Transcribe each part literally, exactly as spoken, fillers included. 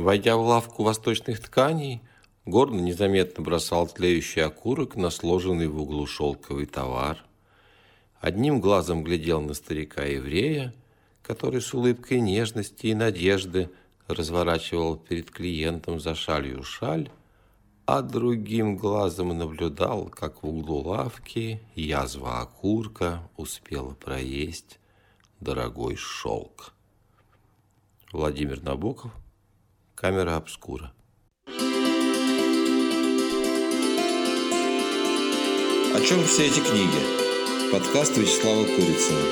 Войдя в лавку восточных тканей, Гордон незаметно бросал тлеющий окурок на сложенный в углу шелковый товар. Одним глазом глядел на старика-еврея, который с улыбкой нежности и надежды разворачивал перед клиентом за шалью шаль, а другим глазом наблюдал, как в углу лавки язва окурка успела проесть дорогой шелк. Владимир Набоков, камера обскура. О чем все эти книги? Подкаст Вячеслава Курицына.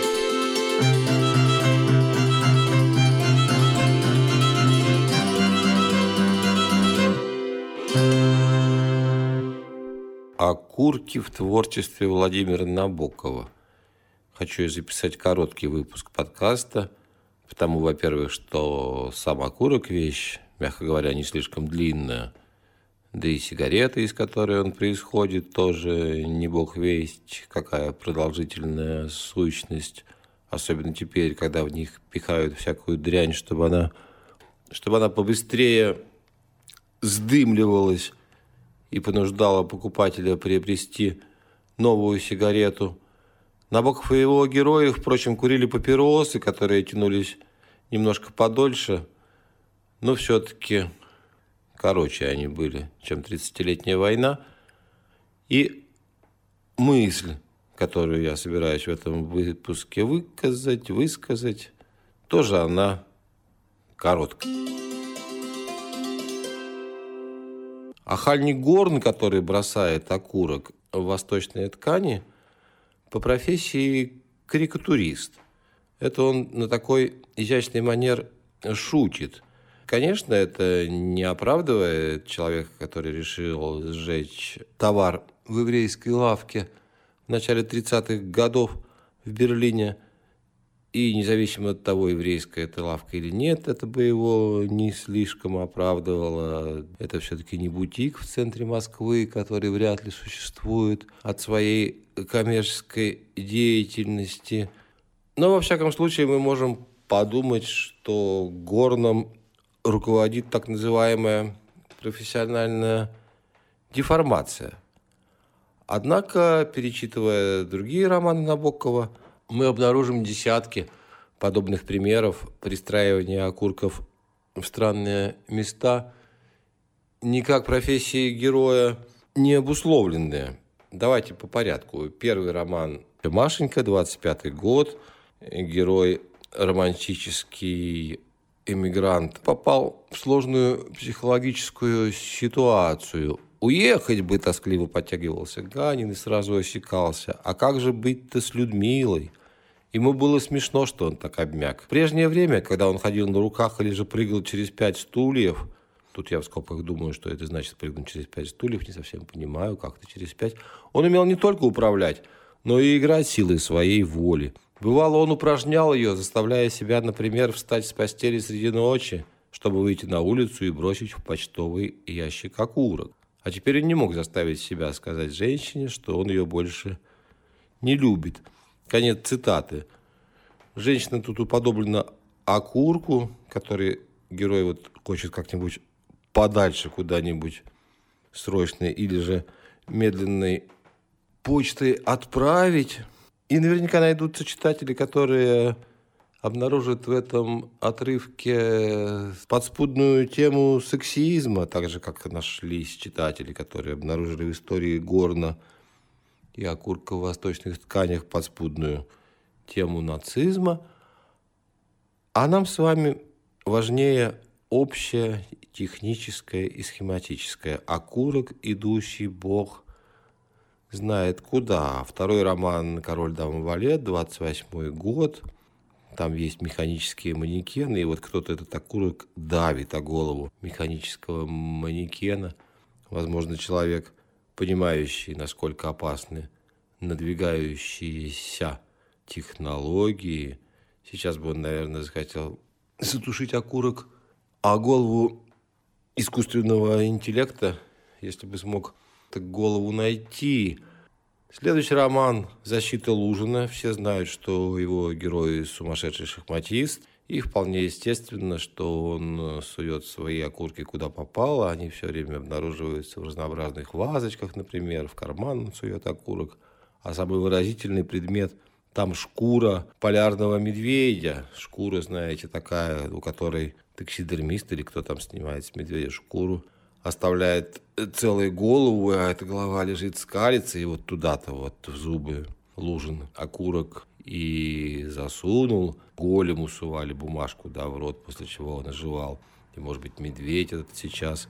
Окурки в творчестве Владимира Набокова. Хочу я записать короткий выпуск подкаста, потому, во-первых, что сам окурок вещь, мягко говоря, не слишком длинная, да и сигарета, из которой он происходит, тоже не бог весть, какая продолжительная сущность, особенно теперь, когда в них пихают всякую дрянь, чтобы она, чтобы она побыстрее сдымливалась и понуждала покупателя приобрести новую сигарету. Набоков и его герои, впрочем, курили папиросы, которые тянулись немножко подольше, но все-таки короче они были, чем тридцатилетняя война. И мысль, которую я собираюсь в этом выпуске выказать, высказать, тоже она короткая. Ахальник Горн, который бросает окурок в восточные ткани, по профессии карикатурист. Это он на такой изящный манер шутит. Конечно, это не оправдывает человека, который решил сжечь товар в еврейской лавке в начале тридцатых годов в Берлине. И независимо от того, еврейская эта лавка или нет, это бы его не слишком оправдывало. Это все-таки не бутик в центре Москвы, который вряд ли существует от своей коммерческой деятельности. Но, во всяком случае, мы можем подумать, что Горном руководит так называемая профессиональная деформация. Однако, перечитывая другие романы Набокова, мы обнаружим десятки подобных примеров пристраивания окурков в странные места, никак профессии героя не обусловленные. Давайте по порядку. Первый роман «Машенька», двадцать пятый год. Герой, романтический эмигрант, попал в сложную психологическую ситуацию. Уехать бы, тоскливо подтягивался Ганин и сразу осекался. А как же быть-то с Людмилой? Ему было смешно, что он так обмяк. В прежнее время, когда он ходил на руках или же прыгал через пять стульев, тут я в скобках думаю, что это значит прыгнуть через пять стульев, не совсем понимаю, как-то через пять, он умел не только управлять, но и играть силой своей воли. Бывало, он упражнял ее, заставляя себя, например, встать с постели среди ночи, чтобы выйти на улицу и бросить в почтовый ящик окурок. А теперь он не мог заставить себя сказать женщине, что он ее больше не любит. Конец цитаты. Женщина тут уподоблена окурку, который герой вот хочет как-нибудь подальше куда-нибудь срочно или же медленной почтой отправить. И наверняка найдутся читатели, которые обнаружат в этом отрывке подспудную тему сексизма, так же, как нашлись читатели, которые обнаружили в истории Горна и окурка в восточных тканях подспудную тему нацизма. А нам с вами важнее общее, техническое и схематическое. Окурок, идущий Бог знает куда. Второй роман «Король, дама, валет», двадцать восьмой год. Там есть механические манекены, и вот кто-то этот окурок давит о голову механического манекена. Возможно, человек, понимающий, насколько опасны надвигающиеся технологии. Сейчас бы он, наверное, захотел затушить окурок о голову искусственного интеллекта, если бы смог так голову найти. Следующий роман «Защита Лужина». Все знают, что его герой сумасшедший шахматист. И вполне естественно, что он сует свои окурки куда попало. Они все время обнаруживаются в разнообразных вазочках, например, в карман он сует окурок. А самый выразительный предмет – там шкура полярного медведя. Шкура, знаете, такая, у которой таксидермист или кто там снимает с медведя шкуру, оставляет целую голову, а эта голова лежит, скалится, и вот туда-то вот в зубы Лужин окурок и засунул. Голему сували бумажку, да, в рот, после чего он оживал. И, может быть, медведь этот сейчас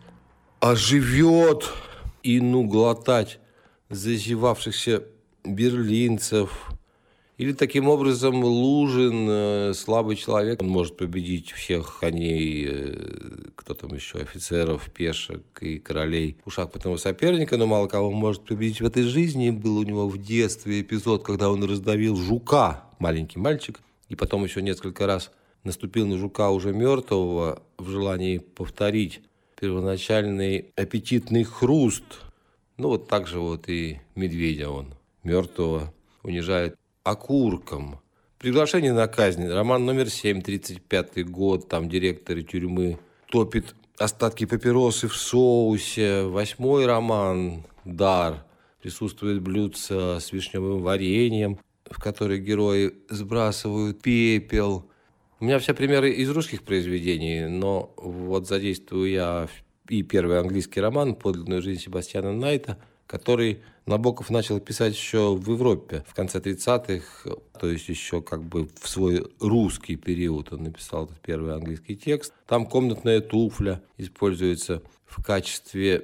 оживет. И, ну, глотать зазевавшихся берлинцев. Или таким образом Лужин, э, слабый человек, он может победить всех коней, э, кто там еще, офицеров, пешек и королей в ушах потного соперника, но мало кого может победить в этой жизни. Был у него в детстве эпизод, когда он раздавил жука, маленький мальчик, и потом еще несколько раз наступил на жука уже мертвого в желании повторить первоначальный аппетитный хруст. Ну вот так же вот и медведя он мертвого унижает окурком. Приглашение на казнь. Роман номер семь, тридцать пятый год. Там директор тюрьмы топит остатки папиросы в соусе. Восьмой роман «Дар». Присутствует блюдце с вишневым вареньем, в которое герои сбрасывают пепел. У меня все примеры из русских произведений, но вот задействую я и первый английский роман «Подлинную жизнь Себастьяна Найта», который Набоков начал писать еще в Европе в конце тридцатых, то есть еще как бы в свой русский период он написал этот первый английский текст. Там комнатная туфля используется в качестве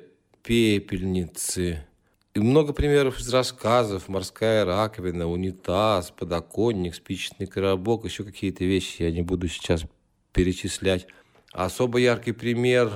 пепельницы. И много примеров из рассказов: морская раковина, унитаз, подоконник, спичечный коробок, еще какие-то вещи я не буду сейчас перечислять. Особо яркий пример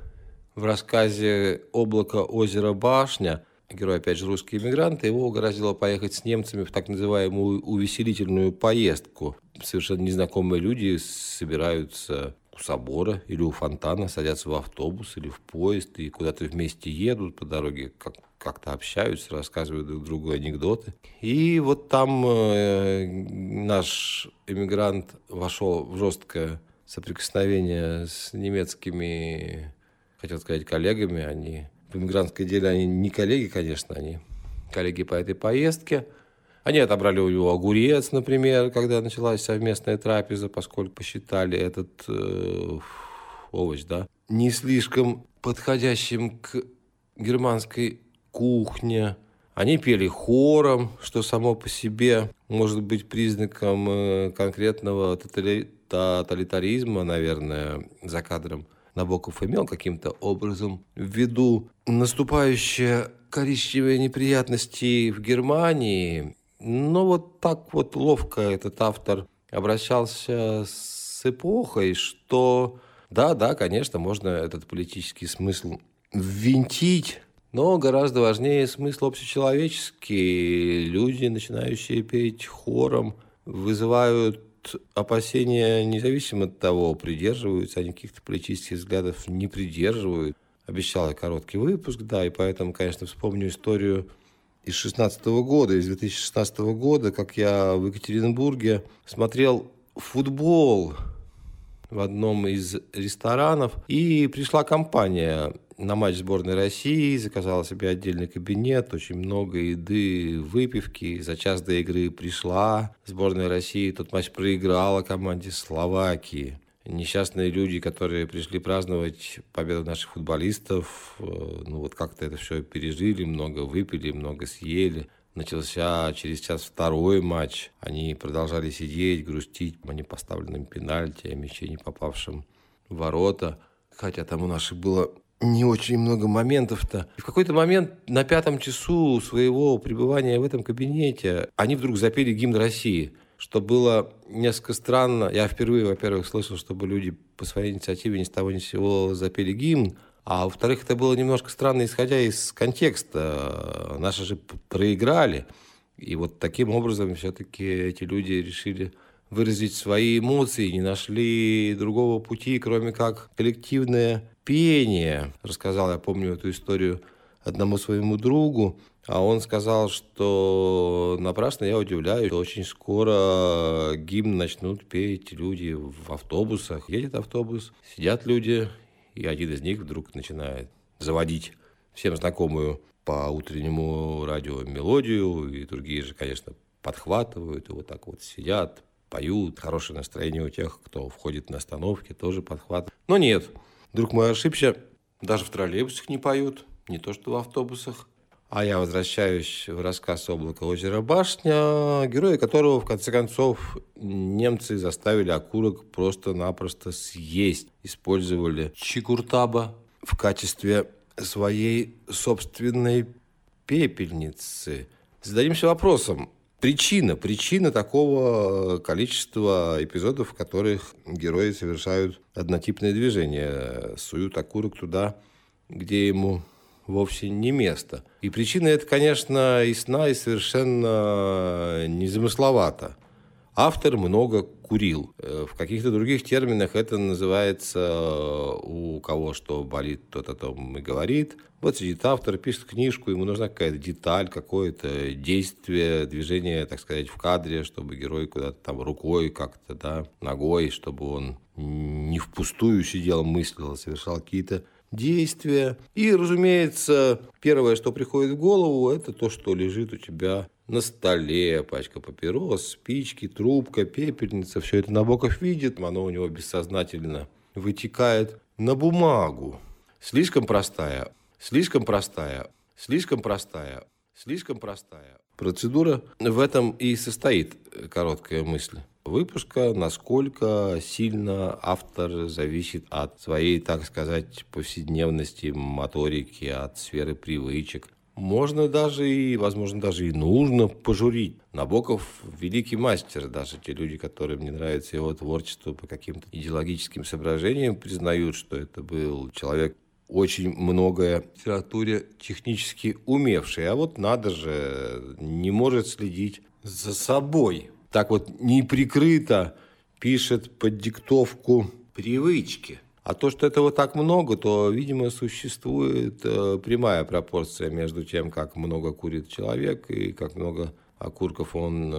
в рассказе «Облако, озеро, башня». Герой, опять же, русский иммигрант, его угораздило поехать с немцами в так называемую увеселительную поездку. Совершенно незнакомые люди собираются у собора или у фонтана, садятся в автобус или в поезд и куда-то вместе едут по дороге, как, как-то общаются, рассказывают друг другу анекдоты. И вот там э, наш иммигрант вошел в жесткое соприкосновение с немецкими, хотел сказать, коллегами. Они в иммигрантском деле они не коллеги, конечно, они коллеги по этой поездке. Они отобрали у него огурец, например, когда началась совместная трапеза, поскольку посчитали этот э, овощ, да, не слишком подходящим к германской кухне. Они пели хором, что само по себе может быть признаком э, конкретного тотали- тоталитаризма, наверное, за кадром. Набоков имел каким-то образом в виду наступающие коричневые неприятности в Германии. Но вот так вот ловко этот автор обращался с эпохой, что да, да, конечно, можно этот политический смысл ввинтить, но гораздо важнее смысл общечеловеческий. Люди, начинающие петь хором, вызывают опасения независимо от того, придерживаются они каких-то политических взглядов, не придерживают. Обещал я короткий выпуск, да, и поэтому, конечно, вспомню историю из шестнадцатого года, из две тысячи шестнадцатого года, как я в Екатеринбурге смотрел футбол в одном из ресторанов, и пришла компания на матч сборной России, заказала себе отдельный кабинет, очень много еды, выпивки. За час до игры пришла сборная России, тот матч проиграла команде Словакии. Несчастные люди, которые пришли праздновать победу наших футболистов, ну вот как-то это все пережили, много выпили, много съели. Начался через час второй матч. Они продолжали сидеть, грустить о непоставленном пенальти, о мяче, не попавшем в ворота. Хотя там у наших было не очень много моментов-то. И в какой-то момент на пятом часу своего пребывания в этом кабинете они вдруг запели гимн России, что было несколько странно. Я впервые, во-первых, слышал, чтобы люди по своей инициативе ни с того ни с сего запели гимн. А во-вторых, это было немножко странно, исходя из контекста. Наши же проиграли. И вот таким образом все-таки эти люди решили выразить свои эмоции, не нашли другого пути, кроме как коллективное пение. Рассказал, я помню, эту историю одному своему другу, а он сказал, что напрасно я удивляюсь, что очень скоро гимн начнут петь люди в автобусах. Едет автобус, сидят люди, и один из них вдруг начинает заводить всем знакомую по утреннему радио мелодию, и другие же, конечно, подхватывают, и вот так вот сидят, поют. Хорошее настроение у тех, кто входит на остановке, тоже подхватывают. Но нет, друг мой ошибся, даже в троллейбусах не поют, не то что в автобусах. А я возвращаюсь в рассказ «Облако, озеро, башня», героя которого, в конце концов, немцы заставили окурок просто-напросто съесть. Использовали чикуртаба в качестве своей собственной пепельницы. Зададимся вопросом. Причина, причина такого количества эпизодов, в которых герои совершают однотипное движение, суют окурок туда, где ему вовсе не место. И причина эта, конечно, ясна и совершенно незамысловата. Автор много курил. В каких-то других терминах это называется «у кого что болит, тот о том и говорит». Вот сидит автор, пишет книжку, ему нужна какая-то деталь, какое-то действие, движение, так сказать, в кадре, чтобы герой куда-то там рукой как-то, да, ногой, чтобы он не впустую сидел, мыслил, совершал какие-то действия. И, разумеется, первое, что приходит в голову, это то, что лежит у тебя на столе. Пачка папирос, спички, трубка, пепельница. Все это Набоков видит, оно у него бессознательно вытекает на бумагу. Слишком простая, слишком простая, слишком простая, слишком простая. Процедура в этом и состоит, короткая мысль. Выпуска, насколько сильно автор зависит от своей, так сказать, повседневности, моторики, от сферы привычек. Можно даже и, возможно, даже и нужно пожурить. Набоков – великий мастер. Даже те люди, которым не нравится его творчество по каким-то идеологическим соображениям, признают, что это был человек, очень многое в литературе технически умевший. А вот надо же, не может следить за собой. Так вот неприкрыто пишет под диктовку привычки. А то, что этого так много, то, видимо, существует прямая пропорция между тем, как много курит человек и как много окурков он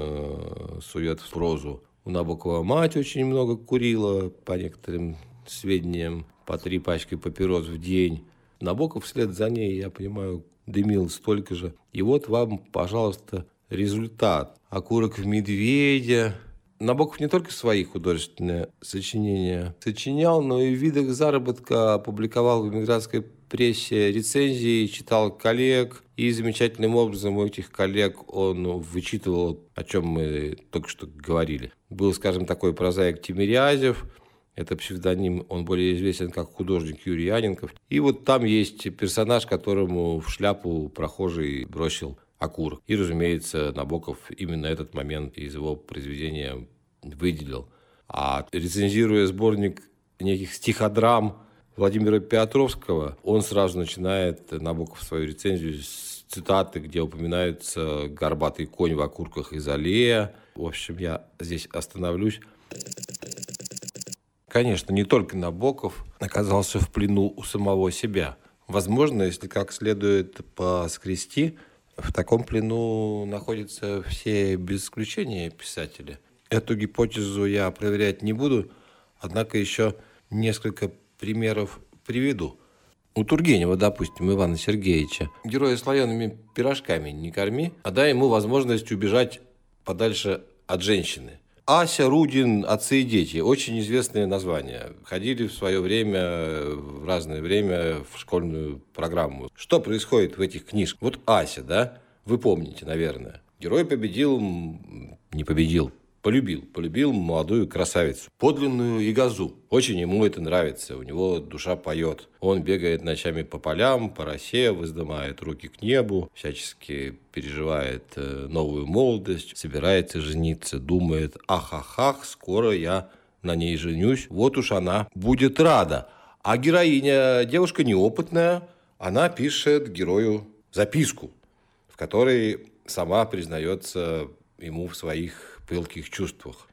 сует в прозу. У Набокова мать очень много курила, по некоторым сведениям, по три пачки папирос в день. Набоков вслед за ней, я понимаю, дымил столько же. И вот вам, пожалуйста, результат. Окурок в медведя. Набоков не только свои художественные сочинения сочинял, но и в видах заработка опубликовал в эмигрантской прессе рецензии, читал коллег. И замечательным образом у этих коллег он вычитывал, о чем мы только что говорили. Был, скажем, такой прозаик Тимирязев. Это псевдоним, он более известен как художник Юрий Анненков. И вот там есть персонаж, которому в шляпу прохожий бросил окурок. И, разумеется, Набоков именно этот момент из его произведения выделил. А рецензируя сборник неких стиходрам Владимира Петровского, он сразу начинает, Набоков, свою рецензию с цитаты, где упоминаются горбатый конь в окурках из аллея. В общем, я здесь остановлюсь. Конечно, не только Набоков оказался в плену у самого себя. Возможно, если как следует поскрести, в таком плену находятся все без исключения писатели. Эту гипотезу я проверять не буду, однако еще несколько примеров приведу. У Тургенева, допустим, Ивана Сергеевича, героя слоеными пирожками не корми, а дай ему возможность убежать подальше от женщины. Ася, Рудин, отцы и дети. Очень известные названия. Ходили в свое время, в разное время в школьную программу. Что происходит в этих книжках? Вот Ася, да? Вы помните, наверное. Герой победил, не победил, полюбил. Полюбил молодую красавицу. Подлинную ягозу. Очень ему это нравится. У него душа поет. Он бегает ночами по полям, по росе, воздымает руки к небу, всячески переживает новую молодость, собирается жениться, думает: ах-ах-ах, скоро я на ней женюсь, вот уж она будет рада. А героиня, девушка неопытная, она пишет герою записку, в которой сама признается ему в своих пылких чувствах.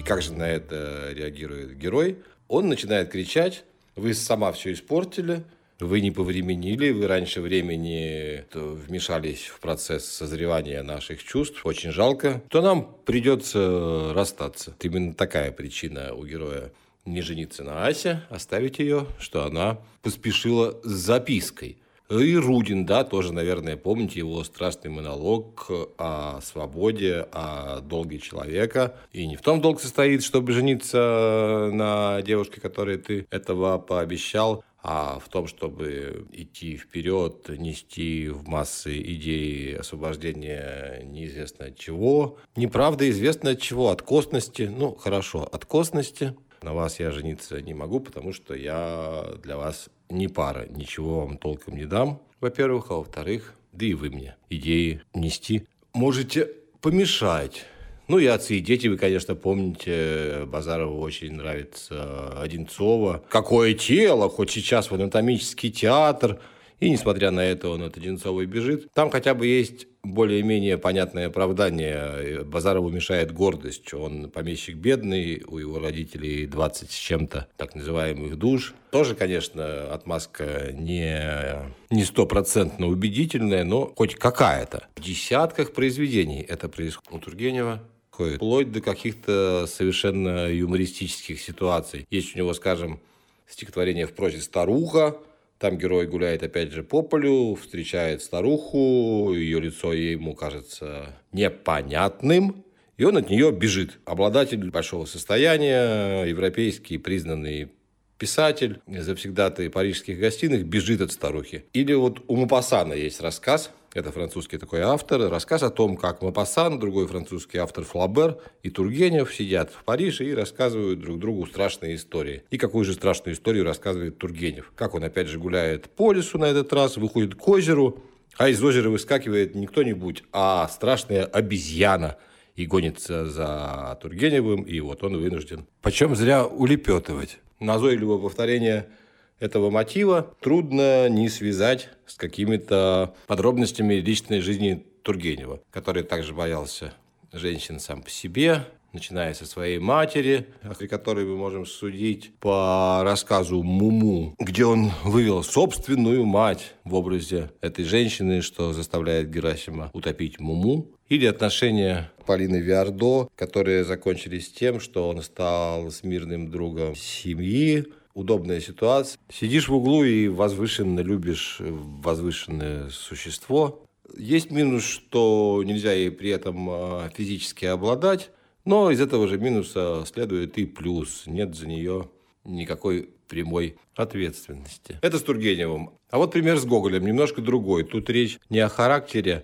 как же на это реагирует герой? Он начинает кричать: вы сама все испортили, вы не повременили, вы раньше времени вмешались в процесс созревания наших чувств, очень жалко, то нам придется расстаться. Именно такая причина у героя не жениться на Асе, оставить ее, что она поспешила с запиской. И Рудин, да, тоже, наверное, помните его страстный монолог о свободе, о долге человека. И не в том долг состоит, чтобы жениться на девушке, которой ты этого пообещал, а в том, чтобы идти вперед, нести в массы идеи освобождения неизвестно от чего. Неправда известно от чего, от косности. Ну, хорошо, от косности. На вас я жениться не могу, потому что я для вас не пара. Ничего вам толком не дам, во-первых. А во-вторых, да и вы мне идеи нести можете помешать. Ну, и отцы, и дети, вы, конечно, помните, Базарову очень нравится Одинцова. Какое тело, хоть сейчас в анатомический театр. И, несмотря на это, он от Одинцовой бежит. Там хотя бы есть более-менее понятное оправдание. Базарову мешает гордость. Он помещик бедный, у его родителей двадцать с чем-то так называемых душ. Тоже, конечно, отмазка не, не стопроцентно убедительная, но хоть какая-то. В десятках произведений это происходит у Тургенева. Вплоть до каких-то совершенно юмористических ситуаций. Есть у него, скажем, стихотворение в прозе «Старуха». Там герой гуляет опять же по полю, встречает старуху, ее лицо ему кажется непонятным, и он от нее бежит. Обладатель большого состояния, европейский признанный писатель, завсегдатый парижских гостиных, бежит от старухи. Или вот у Мопассана есть рассказ, это французский такой автор, рассказ о том, как Мопассан, другой французский автор Флабер и Тургенев сидят в Париже и рассказывают друг другу страшные истории. И какую же страшную историю рассказывает Тургенев. Как он опять же гуляет по лесу на этот раз, выходит к озеру, а из озера выскакивает не кто-нибудь, а страшная обезьяна. И гонится за Тургеневым, и вот он вынужден. Почем зря улепетывать. Назойливое повторение этого мотива трудно не связать с какими-то подробностями личной жизни Тургенева, который также боялся женщин сам по себе, начиная со своей матери, о которой мы можем судить по рассказу «Муму», где он вывел собственную мать в образе этой женщины, что заставляет Герасима утопить Муму. Или отношения Полины Виардо, которые закончились тем, что он стал смирным другом семьи. Удобная ситуация. Сидишь в углу и возвышенно любишь возвышенное существо. Есть минус, что нельзя ей при этом физически обладать, но из этого же минуса следует и плюс. Нет за нее никакой прямой ответственности. Это с Тургеневым. А вот пример с Гоголем, немножко другой. Тут речь не о характере,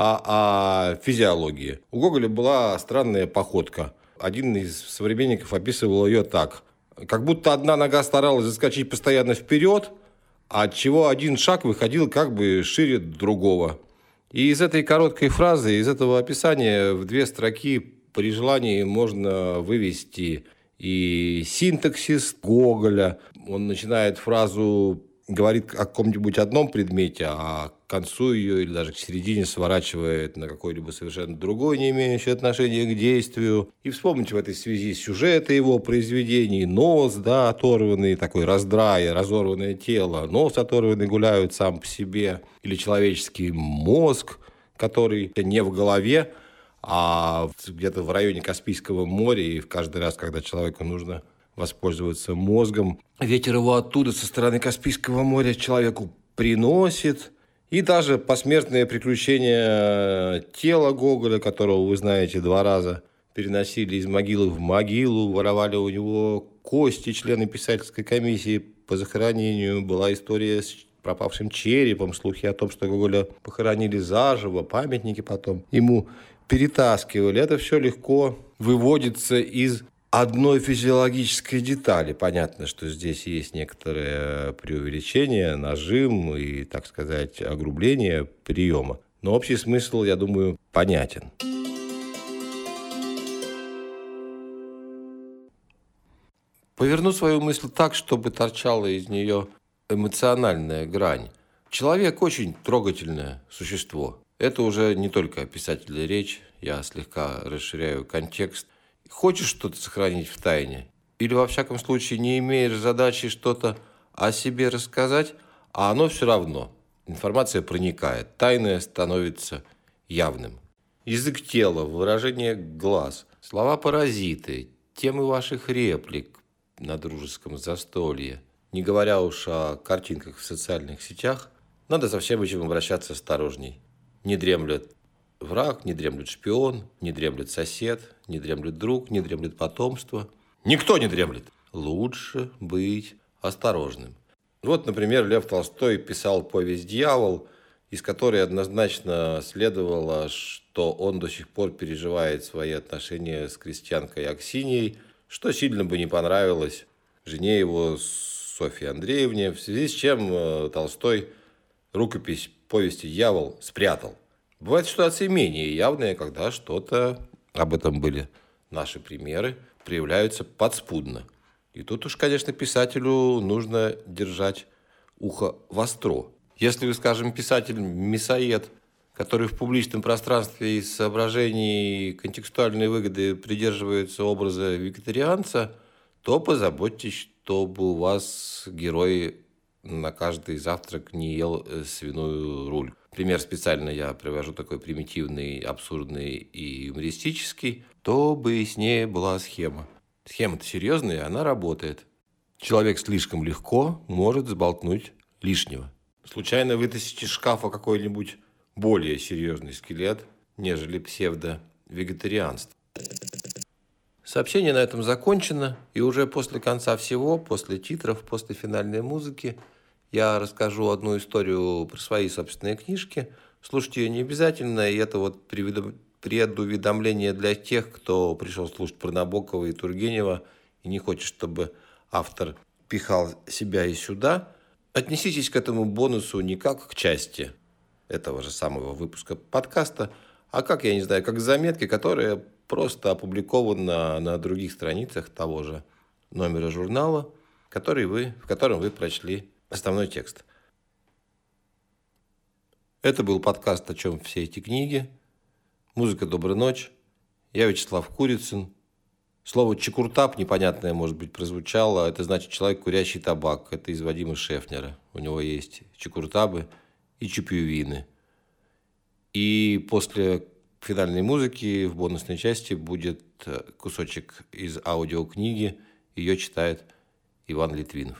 а о физиологии. У Гоголя была странная походка. Один из современников описывал ее так. Как будто одна нога старалась заскочить постоянно вперед, а отчего один шаг выходил как бы шире другого. И из этой короткой фразы, из этого описания в две строки при желании можно вывести и синтаксис Гоголя. Он начинает фразу, говорит о каком-нибудь одном предмете, а к концу ее или даже к середине сворачивает на какой-либо совершенно другой, не имеющий отношения к действию. И вспомните в этой связи сюжеты его произведений. Нос, да, оторванный, такой раздрай, разорванное тело. Нос оторванный гуляют сам по себе. Или человеческий мозг, который не в голове, а где-то в районе Каспийского моря. И каждый раз, когда человеку нужно воспользоваться мозгом, ветер его оттуда, со стороны Каспийского моря, человеку приносит. И даже посмертное приключение тела Гоголя, которого, вы знаете, два раза переносили из могилы в могилу, воровали у него кости, члены писательской комиссии по захоронению. Была история с пропавшим черепом, слухи о том, что Гоголя похоронили заживо, памятники потом ему перетаскивали. Это все легко выводится из одной физиологической детали. Понятно, что здесь есть некоторое преувеличение, нажим и, так сказать, огрубление приема. Но общий смысл, я думаю, понятен. Поверну свою мысль так, чтобы торчала из нее эмоциональная грань. Человек очень трогательное существо. Это уже не только о писателе речь, я слегка расширяю контекст. хочешь что-то сохранить в тайне, или, во всяком случае, не имеешь задачи что-то о себе рассказать, а оно все равно. Информация проникает, тайное становится явным. Язык тела, выражение глаз, слова-паразиты, темы ваших реплик на дружеском застолье, не говоря уж о картинках в социальных сетях, надо со всем этим обращаться осторожней. Не дремлет враг, не дремлет шпион, не дремлет сосед, не дремлет друг, не дремлет потомство. Никто не дремлет. Лучше быть осторожным. Вот, например, Лев Толстой писал повесть «Дьявол», из которой однозначно следовало, что он до сих пор переживает свои отношения с крестьянкой Аксиньей, что сильно бы не понравилось жене его Софье Андреевне, в связи с чем Толстой рукопись повести «Дьявол» спрятал. Бывают ситуации менее явные, когда что-то, об этом были наши примеры, проявляются подспудно. И тут уж, конечно, писателю нужно держать ухо востро. Если вы, скажем, писатель-мясоед, который в публичном пространстве из соображений контекстуальной выгоды придерживается образа вегетарианца, то позаботьтесь, чтобы у вас герой на каждый завтрак не ел свиную руль. Пример специально я привожу такой примитивный, абсурдный и юмористический, чтобы яснее была схема. Схема-то серьезная, она работает. Человек слишком легко может сболтнуть лишнего. Случайно вытащить из шкафа какой-нибудь более серьезный скелет, нежели псевдо-вегетарианство. Сообщение на этом закончено, и уже после конца всего, после титров, после финальной музыки, я расскажу одну историю про свои собственные книжки. Слушать ее не обязательно, и это вот предуведомление для тех, кто пришел слушать про Набокова и Тургенева и не хочет, чтобы автор пихал себя и сюда. Отнеситесь к этому бонусу не как к части этого же самого выпуска подкаста, а как, я не знаю, как заметки, которые просто опубликованы на других страницах того же номера журнала, который вы, в котором вы прочли основной текст. Это был подкаст «О чем все эти книги». Музыка «Доброй ночи». Я Вячеслав Курицын. Слово «чекуртап» непонятное, может быть, прозвучало. Это значит «человек, курящий табак». Это из Вадима Шефнера. У него есть чекуртабы и чепьювины. И после финальной музыки в бонусной части будет кусочек из аудиокниги. Ее читает Иван Литвинов.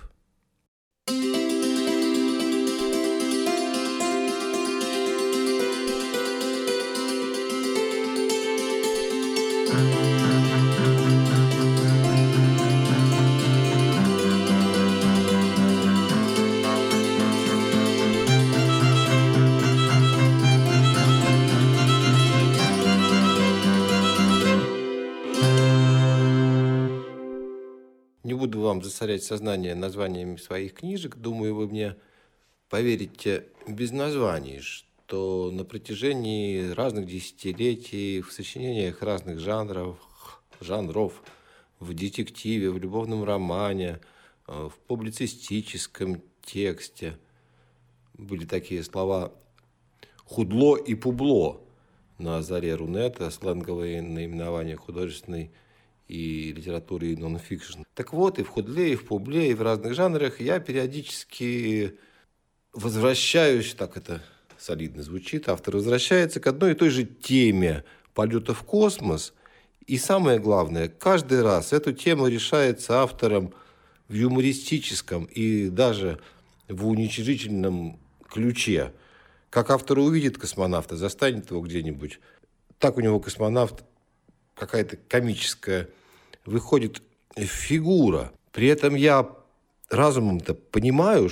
Не буду вам засорять сознание названиями своих книжек. Думаю, вы мне поверите без названий, что на протяжении разных десятилетий в сочинениях разных жанров, жанров, в детективе, в любовном романе, в публицистическом тексте были такие слова «худло» и «публо» на заре Рунета, сленговые наименования художественной и литературы, и нон-фикшн. Так вот, и в худле, и в публе, и в разных жанрах я периодически возвращаюсь, так это солидно звучит, автор возвращается к одной и той же теме полета в космос. И самое главное, каждый раз эту тему решается автором в юмористическом и даже в уничижительном ключе. Как автор увидит космонавта, застанет его где-нибудь, так у него космонавт какая-то комическая выходит фигура. При этом я разумом-то понимаю,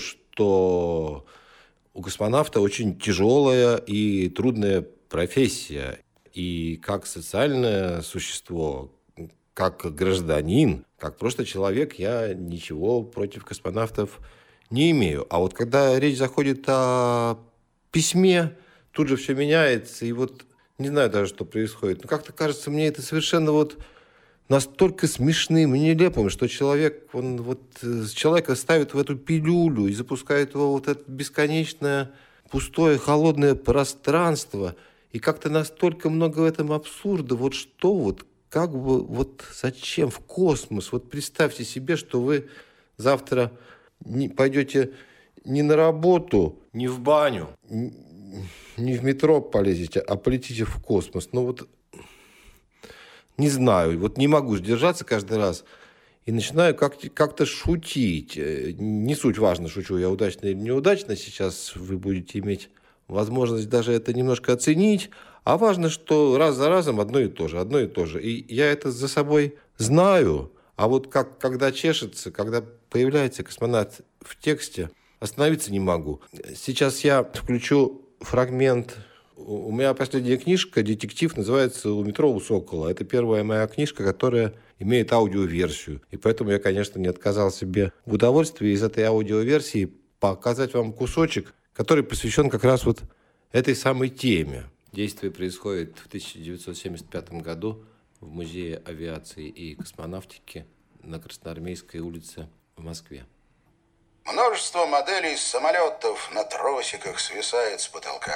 что у космонавта очень тяжелая и трудная профессия. И как социальное существо, как гражданин, как просто человек, я ничего против космонавтов не имею. А вот когда речь заходит о письме, тут же все меняется, и вот не знаю даже, что происходит. Но как-то кажется мне это совершенно вот настолько смешным и нелепым, что человек, он вот человека ставит в эту пилюлю и запускает его вот это бесконечное пустое холодное пространство. И как-то настолько много в этом абсурда. Вот что вот, как бы, вот зачем в космос? Вот представьте себе, что вы завтра не, пойдете не на работу, не в баню, не в метро полезете, а полетите в космос. Ну вот, не знаю, вот не могу сдержаться каждый раз и начинаю как- как-то шутить. Не суть важно, шучу я удачно или неудачно. Сейчас вы будете иметь возможность даже это немножко оценить. А важно, что раз за разом одно и то же, одно и то же. И я это за собой знаю. А вот как, когда чешется, когда появляется космонавт в тексте, остановиться не могу. Сейчас я включу фрагмент. У меня последняя книжка, детектив, называется «У метро у Сокола». Это первая моя книжка, которая имеет аудиоверсию. И поэтому я, конечно, не отказал себе в удовольствии из этой аудиоверсии показать вам кусочек, который посвящен как раз вот этой самой теме. Действие происходит в тысяча девятьсот семьдесят пятом году в Музее авиации и космонавтики на Красноармейской улице в Москве. Множество моделей самолетов на тросиках свисает с потолка.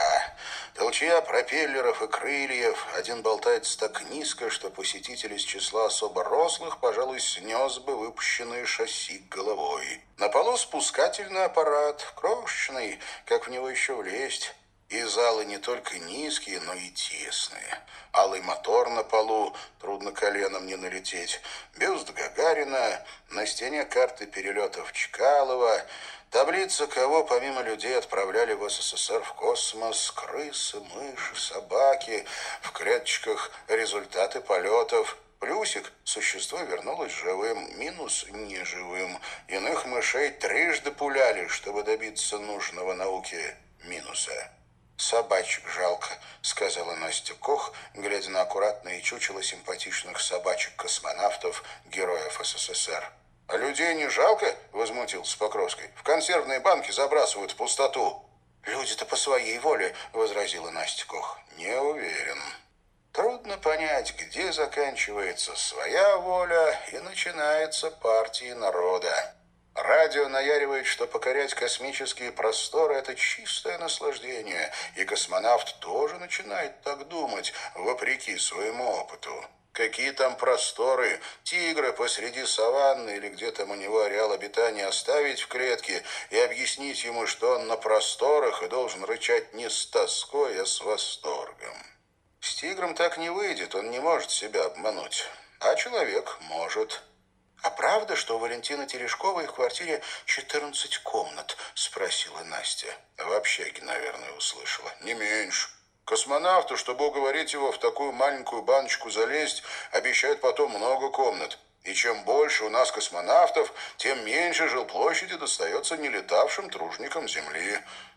Толчья пропеллеров и крыльев. Один болтается так низко, что посетитель из числа особо рослых, пожалуй, снес бы выпущенные шасси головой. На полу спускательный аппарат, крошечный, как в него еще влезть. И залы не только низкие, но и тесные. Алый мотор на полу, трудно коленом не налететь. Бюст Гагарина, на стене карты перелетов Чкалова. Таблица, кого помимо людей отправляли в СССР в космос. Крысы, мыши, собаки. В клеточках результаты полетов. Плюсик – существо вернулось живым, минус – неживым. Иных мышей трижды пуляли, чтобы добиться нужного науке минуса. «Собачек жалко», — сказала Настя Кох, глядя на аккуратные чучела симпатичных собачек-космонавтов, героев СССР. «А людей не жалко?» — возмутился Покровский. «В консервные банки забрасывают в пустоту». «Люди-то по своей воле», — возразила Настя Кох. «Не уверен. Трудно понять, где заканчивается своя воля и начинается партия народа. Радио наяривает, что покорять космические просторы – это чистое наслаждение, и космонавт тоже начинает так думать, вопреки своему опыту. Какие там просторы, тигра посреди саванны или где там у него ареал обитания оставить в клетке и объяснить ему, что он на просторах и должен рычать не с тоской, а с восторгом. С тигром так не выйдет, он не может себя обмануть, а человек может. «А правда, что у Валентины Терешковой в квартире четырнадцать комнат?» – спросила Настя. В общаге, наверное, услышала. «Не меньше. Космонавту, чтобы уговорить его в такую маленькую баночку залезть, обещают потом много комнат. И чем больше у нас космонавтов, тем меньше жилплощади достается нелетавшим тружникам Земли».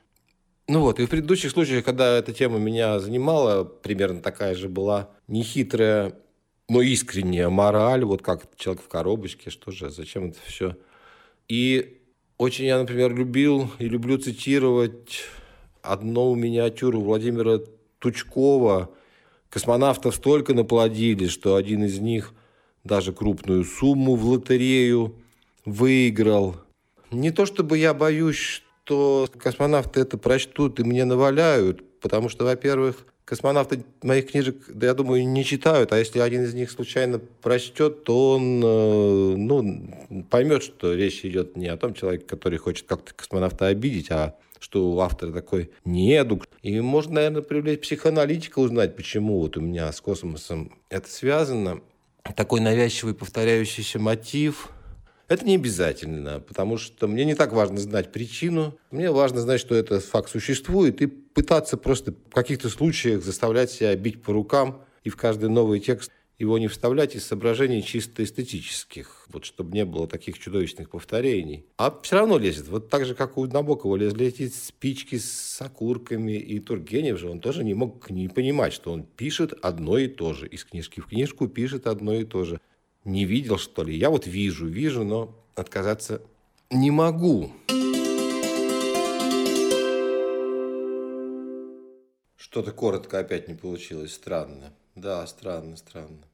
Ну вот, и в предыдущих случаях, когда эта тема меня занимала, примерно такая же была нехитрая, но искренняя мораль, вот как человек в коробочке, что же, зачем это все. И очень я, например, любил и люблю цитировать одну миниатюру Владимира Тучкова. Космонавтов столько наплодили, что один из них даже крупную сумму в лотерею выиграл. Не то чтобы я боюсь, что космонавты это прочтут и мне наваляют, потому что, во-первых, космонавты моих книжек, да, я думаю, не читают, а если один из них случайно прочтет, то он ну, поймет, что речь идет не о том человеке, который хочет как-то космонавта обидеть, а что у автора такой недуг. И можно, наверное, привлечь психоаналитика, узнать, почему вот у меня с космосом это связано. Такой навязчивый повторяющийся мотив. Это не обязательно, потому что мне не так важно знать причину. Мне важно знать, что этот факт существует, и пытаться просто в каких-то случаях заставлять себя бить по рукам и в каждый новый текст его не вставлять из соображений чисто эстетических, вот чтобы не было таких чудовищных повторений. А все равно лезет. Вот так же, как у Набокова лезли эти спички с окурками, и Тургенев же, он тоже не мог не понимать, что он пишет одно и то же. Из книжки в книжку пишет одно и то же. Не видел, что ли? Я вот вижу, вижу, но отказаться не могу. Что-то коротко опять не получилось. Странно. Да, странно, странно.